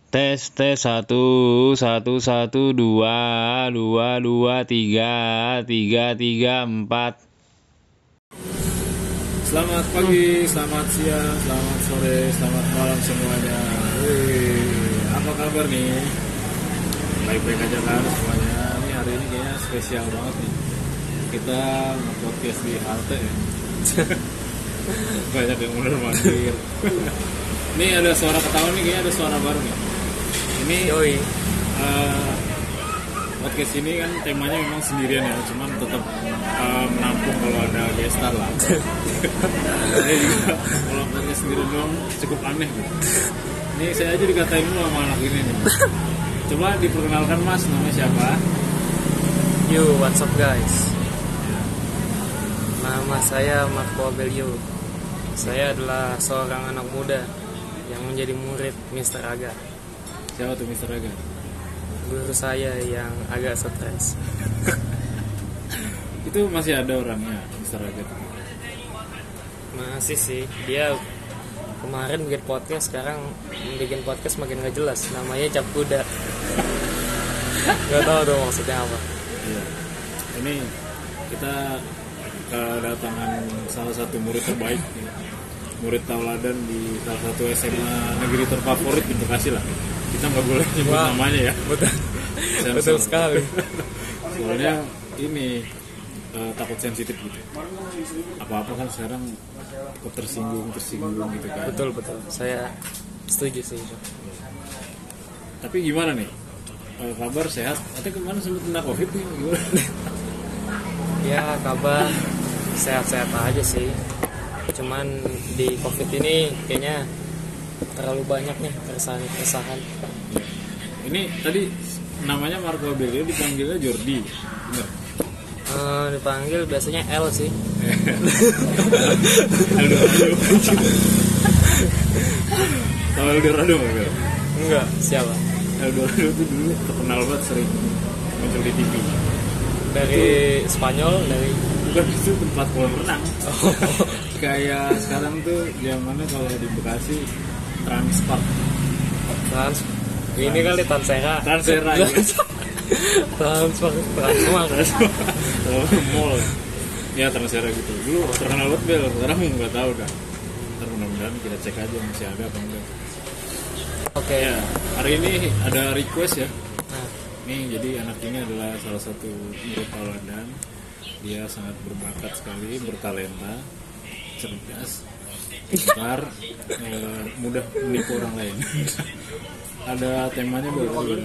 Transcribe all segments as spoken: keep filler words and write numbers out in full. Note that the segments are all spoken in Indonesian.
Tes tes satu satu satu dua dua dua tiga tiga tiga empat. Selamat pagi, selamat siang, selamat sore, selamat malam semuanya. Wih, apa kabar nih? Baik-baik aja kan semuanya. Ini hari ini kayaknya spesial banget nih. Kita nge-podcast di halte ya. Banyak yang mundur-mandir. Ini ada suara ketawa nih, kayaknya ada suara baru nih. Ini Yoi. Uh, podcast ini kan temanya memang sendirian ya, cuman tetap uh, menampung kalau ada gestar lah. Saya juga kalau podcast sendirian doang cukup aneh gitu. Ini saya aja dikatain dulu sama anak ini nih. Coba diperkenalkan Mas, namanya siapa? Yo, what's up guys? Nama saya Marco Abelio. Saya adalah seorang anak muda yang menjadi murid mister Aga. Siapa tuh mister Aga? Guru saya yang agak stres. Itu masih ada orangnya mister Aga tuh? Masih sih, dia kemarin bikin podcast, sekarang bikin podcast makin gak jelas. Namanya Cap Kuda. Gak tahu tuh maksudnya apa. Iya. Ini kita kedatangan salah satu murid terbaik, murid tauladan di salah satu S M A negeri terfavorit di Bekasi lah. Kita nggak boleh nyebut Wah, namanya ya. Betul, betul sekali. Soalnya ini uh, takut sensitif gitu. Apa-apa kan sekarang tersinggung tersinggung gitu kan. Betul betul, saya setuju sih itu. Tapi gimana nih? Uh, kabar sehat? Atau kemana sempat kena covid nih? Gimana? Ya kabar sehat-sehat aja sih. Cuman di covid ini kayaknya terlalu banyak nih keresahan-keresahan. Ini tadi namanya Marco Abelio, dipanggilnya Jordi, bener? Uh, dipanggil biasanya L sih. Eldorado. Tahu Eldorado nggak Bel? Enggak, siapa? Eldorado tuh dulu terkenal banget, sering muncul di T V. Dari itu, Spanyol, dari bukan, itu tempat kolam renang. Oh. Kayak sekarang tuh zamannya kalau di Bekasi Transpark. Trans. Ini kali Tansera. Tansera ya. Transpark, Transmark. Mall. Ya Tansera gitu. Dulu terkenal banget Bel, sekarang nggak tahu dah. Ntar mudah-mudahan kita cek aja masih ada apa enggak. Oke. Okay. Ya, hari ini ada request ya. Nah. Nih, jadi anak ini adalah salah satu murid tauladan. Dia sangat berbakat sekali, bertalenta, cerdas, pintar, eh, mudah menipu orang lain. Ada temanya baru.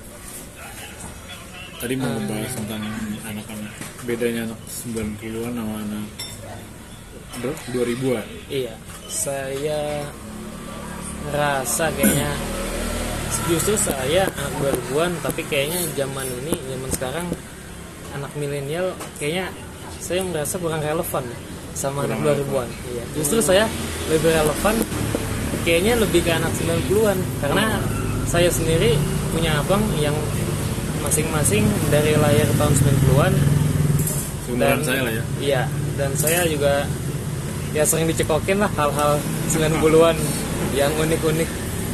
Tadi mau membahas tentang anak-anak, bedanya anak sembilan puluhan sama anak dua ribuan. Iya, saya ngerasa kayaknya justru saya anak dua ribuan, tapi kayaknya zaman ini, zaman sekarang anak milenial kayaknya saya merasa kurang relevan sama kurang anak dua ribuan. Iya, justru saya lebih relevan kayaknya lebih ke anak sembilan puluhan karena saya sendiri punya abang yang masing-masing dari lahir tahun sembilan puluhan. Seumuran saya lah ya. Iya, dan saya juga ya sering dicekokin lah hal-hal sembilan puluhan yang unik-unik.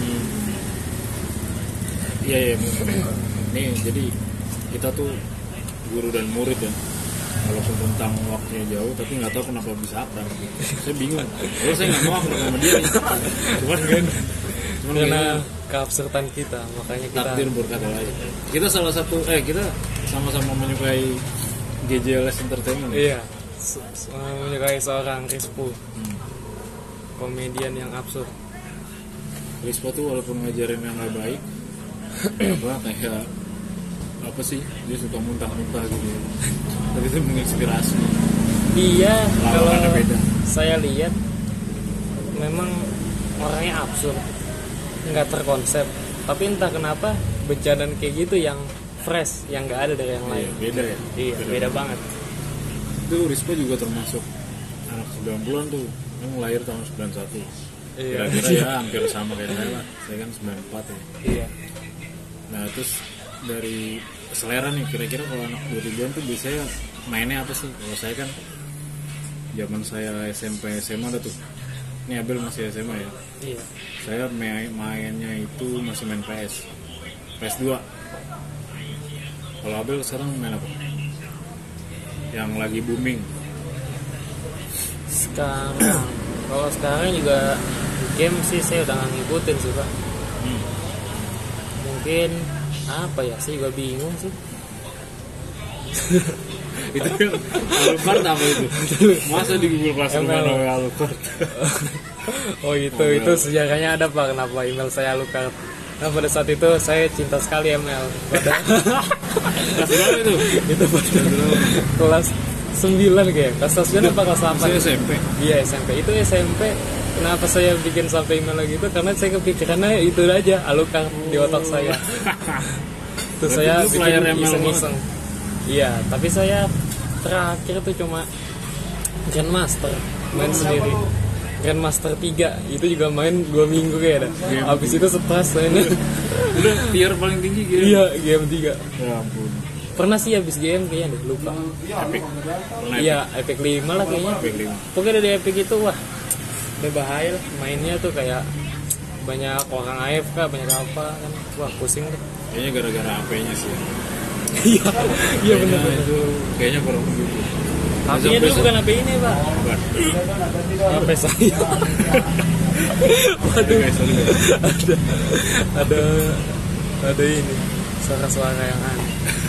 Iya iya mungkin. Nih jadi kita tuh guru dan murid ya. Walaupun tentang waktunya jauh, tapi nggak tahu kenapa bisa akrab. Gitu. Saya bingung. Kalau saya nggak mau akrab sama dia, cuman kan, cuman karena keabsurdan kita, makanya kita takdir berkata lain. Kita salah satu, eh kita sama-sama menyukai G J L S Entertainment. Iya, menyukai seorang Rispo, hmm. komedian yang absurd. Rispo tuh walaupun ngajarin yang nggak baik, apa kayak apa sih, dia suka muntah-muntah gitu, tapi itu menginspirasi. Iya, kalau beda. Saya lihat memang orangnya absurd, nggak terkonsep, tapi entah kenapa bercandaan kayak gitu yang fresh, yang nggak ada dari yang lain. Iya, beda ya. Iya, beda, beda banget. Itu Rispo juga termasuk anak sembilan puluhan tuh, yang lahir tahun sembilan puluh satu. Iya. Kira-kira ya hampir sama kayak saya lah. Saya kan sembilan puluh empat ya. Iya. Nah terus dari selera nih, kira-kira kalau anak dua ribuan tuh biasanya mainnya apa sih? Kalau saya kan zaman saya S M P S M A ada tuh Ini Abel masih S M A ya. Iya. Saya main mainnya itu masih main P S. P S dua. Kalau Abel sekarang main apa? Yang lagi booming. Sekarang, kalau sekarang juga game sih saya udah nggak ngikutin sih Pak. Hmm. Mungkin apa ya? Saya juga bingung sih. Itu kan Alucard apa itu? Masa di Google Classroom M L. namanya Alucard? Oh itu Oh, itu sejarahnya ada Pak, kenapa email saya Alucard. Nah pada saat itu saya cinta sekali M L. Pada Kelas berapa itu? itu pada kelas sembilan kayak. Kelas sembilan apa kelas delapan? Saya S M P. Iya S M P. Itu S M P. Kenapa saya bikin sampai email lagi itu? Karena saya kepikirannya itu aja Alucard di otak saya. Terus Berarti saya lu player bikin M L iseng-iseng. Iya, tapi saya terakhir tuh cuma Grandmaster main sendiri. Grandmaster tiga itu juga main dua minggu kayak ada. Game Habis itu stres saya. Udah tier paling tinggi gitu. Iya, game tiga. Ya ampun. Pernah sih habis game kayaknya deh, lupa. Epic. Pernah Iya, Epic lima lah kayaknya. Epic lima. Pokoknya dari Epic itu wah, udah bahaya lah. Mainnya tuh kayak banyak orang A F K, banyak apa kan. Wah, pusing deh. Kayaknya gara-gara H P-nya sih. Iya, iya Kayaknya benar. itu kayaknya kurang begitu. H P-nya dulu bukan H P ini, Pak. Bukan. H P saya. Aduh guys, sorry guys. ada ada ada ini suara-suara yang aneh.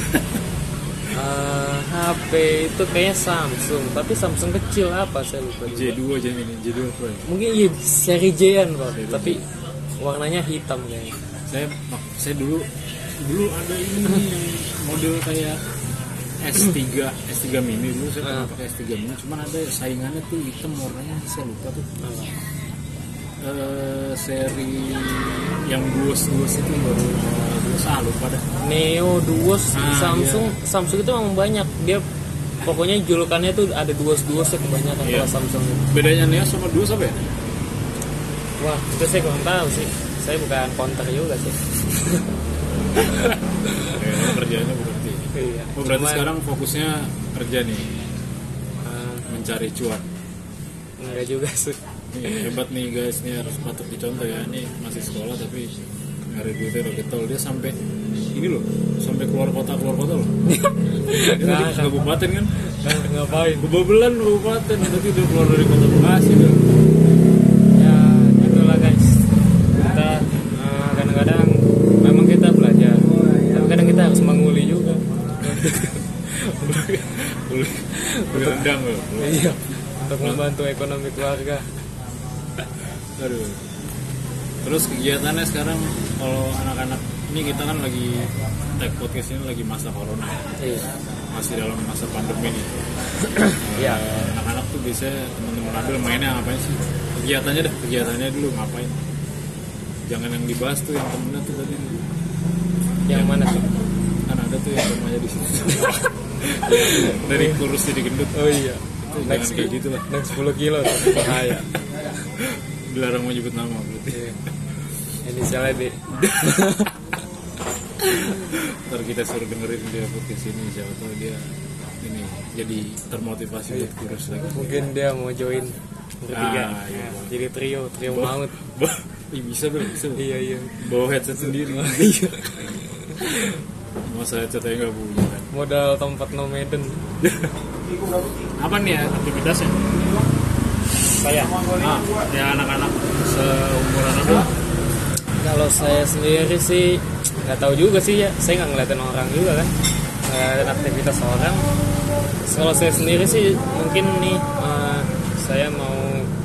Uh, H P itu kayaknya Samsung, tapi Samsung kecil apa saya lupa juga. J dua aja ini, J dua Pro. Mungkin iya seri J-an Pak, Seri tapi warnanya hitam kayaknya. Saya saya dulu dulu ada ini nih yang model kayak S tiga S tiga mini dulu saya pernah Ah. pakai S tiga mini, cuman ada saingannya tuh hitam warnanya saya lupa tuh. Apa? Eh, seri yang duos-duos itu baru eh, duos ah lupa dah. Neo, Duos, Ah, Samsung, Samsung itu memang banyak. Dia pokoknya julukannya tuh ada duos-duosnya kebanyakan Iya. kalau Samsung itu. Bedanya Neo sama duos apa ya? Wah, itu saya kurang tahu sih. Saya bukan counter juga sih. Ya, kerjanya berarti. Iya. Oh, berarti Cuman, sekarang fokusnya kerja nih, eh, mencari cuan. enggak juga sih. Nih, hebat nih guys, nih harus patut dicontoh ya. Ini masih sekolah tapi nyari duitnya udah getol. Dia sampai ini loh, sampai keluar kota keluar kota loh. Dia tadi Nah, ke kabupaten kan, Nah, ngapain? kebabelan kabupaten, nanti udah keluar dari kota Bekasi tuh. Ya, itulah guys. Kita eh, kadang-kadang memang kita belajar, tapi kadang kita harus menguli juga. Boleh, boleh rendang loh. Iya, untuk membantu ekonomi keluarga. Aduh. Terus kegiatannya sekarang kalau anak-anak ini kita kan lagi tag podcast ini lagi masa corona, Iya. masih dalam masa pandemi nih. Iya. Eh, anak-anak tuh biasanya teman-teman ambil mainnya ngapain sih? Kegiatannya dah, kegiatannya dulu ngapain? Jangan yang dibahas tuh yang temennya tuh tadi. Yang mana tuh? Kan ada tuh yang rumahnya di sini. Dari kurus jadi gendut. Oh iya. Itu Next jangan kayak gitu lah. Next sepuluh kilo tuh, bahaya. Dilarang mau nyebut nama berarti. Iya. Inisialnya D. Ntar kita suruh dengerin dia podcast ini, siapa tahu dia ini jadi termotivasi buat kurus lagi. Mungkin dia mau join bertiga. Ah, iya. Ya, jadi trio, trio Bah- maut. bah, ih, bisa bro, bisa bro. Iya iya. Bawa headset sendiri. Iya. Masa headset aja nggak punya kan. Modal tempat nomaden. Apa nih ya aktivitasnya? Saya. Ah, ya anak-anak seumuran apa? Kalau saya sendiri sih nggak tahu juga sih ya. Saya nggak ngeliatin orang juga kan. Ngeliatin aktivitas orang. Kalau saya sendiri sih mungkin nih eh, saya mau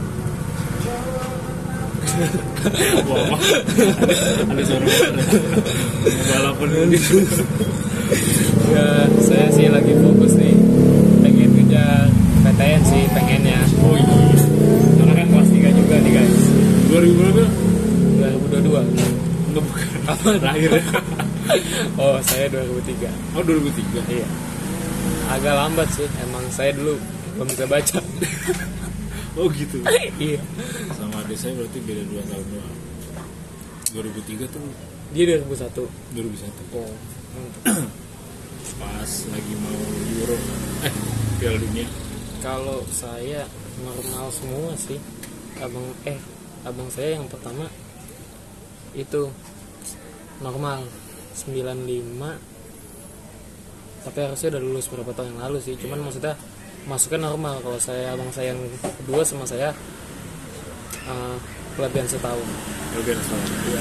Wah, ada, ada suara motor. Balapan gitu. ya saya sih lagi fokus nih pengen kejar P T N sih pengennya. Oh iya. Karena kan kelas tiga juga nih guys. dua ribu berapa? dua ribu dua puluh dua. Enggak bukan. Apa? Terakhir ya. Oh saya dua ribu tiga. Oh dua ribu tiga. Iya. Agak lambat sih. Emang saya dulu belum bisa baca. Oh gitu. Iya. Sama adik saya berarti beda dua tahun doang. dua ribu tiga tuh Dia dua ribu satu. dua ribu satu. Oh. Mantap. Pas lagi mau Euro eh Piala Dunia. Kalau saya normal semua sih. abang eh abang saya yang pertama itu normal sembilan puluh lima, tapi harusnya udah lulus beberapa tahun yang lalu sih, cuman maksudnya masuknya normal. Kalau saya abang saya yang kedua sama saya uh, kelebihan setahun. Kelebihan setahun. Iya.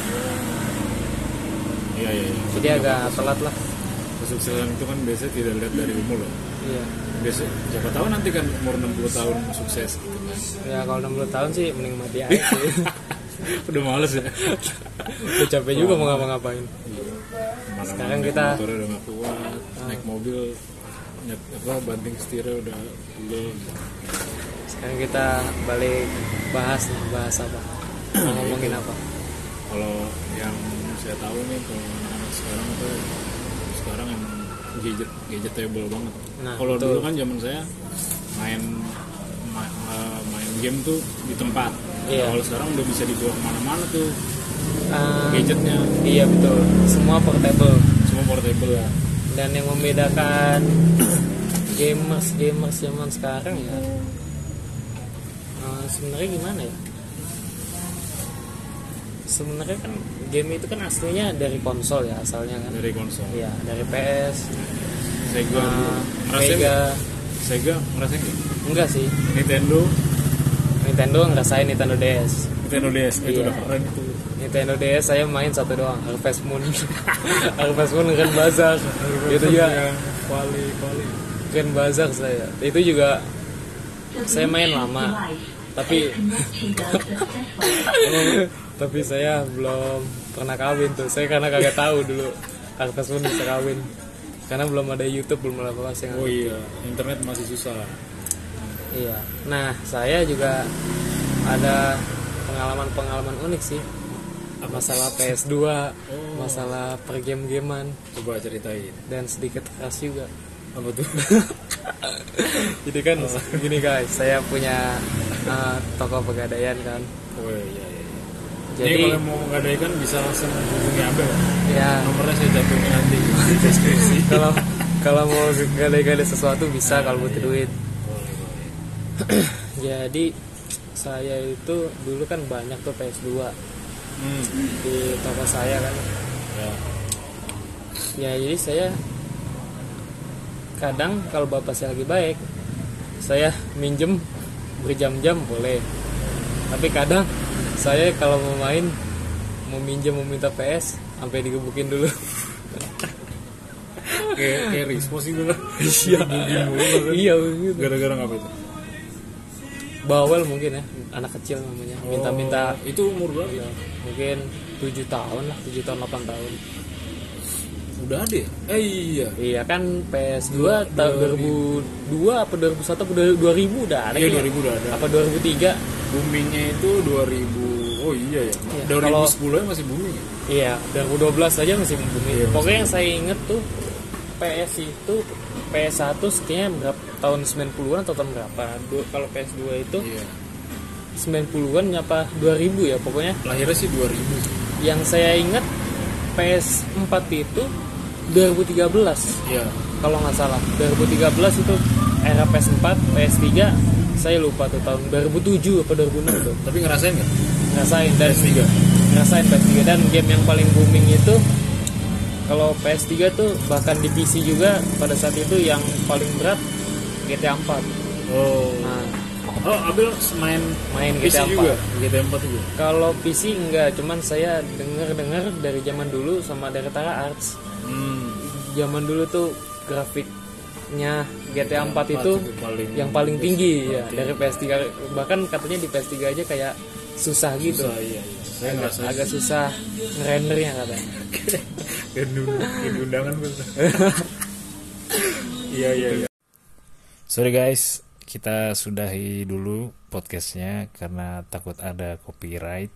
Iya iya. Jadi agak telat lah. Kesuksesan itu kan biasanya tidak dilihat dari umur loh. Iya. Biasa siapa tahu nanti kan umur enam puluh tahun sukses gitu kan. Ya kalau enam puluh tahun sih mending mati aja sih. Udah males ya. Udah capek juga mau ngapa-ngapain. Iya. Sekarang kita motornya udah gak kuat, ah. naik mobil nyet, apa banting setirnya udah belum. Sekarang kita balik bahas nih, bahas apa? Mau ngomongin apa? Kalau yang saya tahu nih kalau anak-anak sekarang tuh sekarang emang gadget gadgetable banget. Nah, kalau betul. dulu kan zaman saya main main, main game tuh di tempat. Iya. Kalau sekarang udah bisa dibawa kemana-mana tuh Uh, gadgetnya. Iya betul, semua portable. Semua portable ya. Dan yang membedakan gamers gamers zaman sekarang ya, uh, sebenarnya gimana ya? Sebenarnya kan game itu kan aslinya dari konsol ya asalnya kan. Dari konsol. Iya, dari P S. Sega. Uh, Ngerasain Sega. gak? Sega ngerasain gak? Enggak sih. Nintendo. Nintendo ngerasain Nintendo D S. Nintendo D S itu Iya. udah keren itu. Nintendo D S saya main satu doang, Harvest Moon. Harvest Moon Grand Bazaar. Itu juga Kuali kuali. Grand Bazaar saya. Itu juga saya main lama. Tapi tapi saya belum pernah kawin tuh. Saya karena kagak tahu dulu Harvest Moon bisa kawin. Karena belum ada YouTube, belum ada apa-apa sih. Oh iya, internet masih susah. Iya. Nah, saya juga ada pengalaman-pengalaman unik sih. Masalah P S dua, Oh. masalah per game-gamean, Coba ceritain. dan sedikit keras juga. Apa tuh? Jadi kan gini guys, saya punya uh, toko pegadaian kan. Oh iya iya. iya. Jadi Jadi kalau mau menggadaikan bisa langsung hubungi Abel. ya Nomornya saya cantumin nanti di deskripsi. kalau kalau mau gadai-gadai sesuatu bisa kalau butuh duit. Boleh boleh. Jadi saya itu dulu kan banyak tuh P S dua Hmm. di toko saya kan. Ya. Ya jadi saya kadang kalau bapak saya lagi baik, saya minjem berjam-jam boleh. Tapi kadang saya kalau mau main, mau minjem mau minta P S sampai digebukin dulu. Kayak kayak Rispo sih dulu. Iya. Iya begitu. Gara-gara ngapa itu? Bawel mungkin ya, anak kecil namanya. Minta-minta Oh, itu umur berapa? ya, mungkin tujuh tahun lah, tujuh tahun delapan tahun. Udah ada ya? Eh iya. Iya kan P S dua tahun dua ribu dua apa dua ribu satu apa dua ribu udah ada. Iya ya? dua ribu udah ada. Apa dua ribu tiga? Boomingnya itu dua ribu. Oh iya ya. Iya, dua ribu kalau- sepuluh masih booming ya? Iya, dua ribu dua belas aja masih booming. Iya, Pokoknya masih yang saya inget tuh P S itu P S satu kayaknya berapa tahun sembilan puluhan atau tahun berapa? Du- kalau P S dua itu Iya. sembilan puluhan apa dua ribu ya pokoknya. Lahirnya sih dua ribu sih. Yang saya inget P S empat itu dua ribu tiga belas Iya. kalau nggak salah. dua ribu tiga belas itu era P S empat, P S tiga saya lupa tuh tahun dua ribu tujuh apa dua ribu enam tuh. Tapi ngerasain nggak? Ngerasain P dan S tiga. ngerasain P S tiga dan game yang paling booming itu kalau P S tiga tuh bahkan di P C juga pada saat itu yang paling berat G T A empat. Oh. Nah, Oh, Abel main main P G T C A juga. empat. G T A empat juga. Kalau P C enggak, cuman saya denger-dengar dari zaman dulu sama dari Tara Arts. Hmm. Zaman dulu tuh grafiknya G T A empat itu paling yang paling tinggi ya paling dari P S tiga. Bahkan katanya di P S tiga aja kayak susah gitu. susah, iya, iya. Saya agak, ngerasain agak susah ngerendernya katanya. Kayak undangan bener. Iya iya iya. Sorry guys, kita sudahi dulu podcastnya karena takut ada copyright.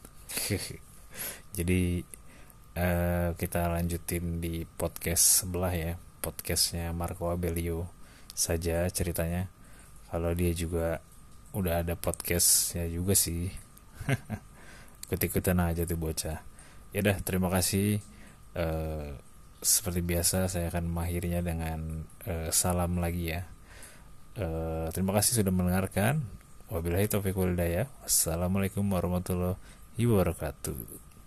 Jadi uh, kita lanjutin di podcast sebelah ya, podcastnya Marco Abelio saja ceritanya. Kalau dia juga udah ada podcastnya juga sih. Ikut-ikutan aja tuh bocah. Ya udah, terima kasih. Uh, seperti biasa saya akan mengakhirinya dengan uh, salam lagi ya. Uh, terima kasih sudah mendengarkan. Wabillahi taufiq wal hidayah. Wassalamualaikum warahmatullahi wabarakatuh.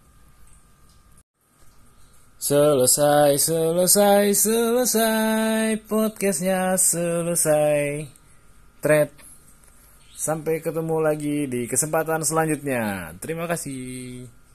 Selesai, selesai, selesai. Podcastnya selesai. Thread. Sampai ketemu lagi di kesempatan selanjutnya. Terima kasih.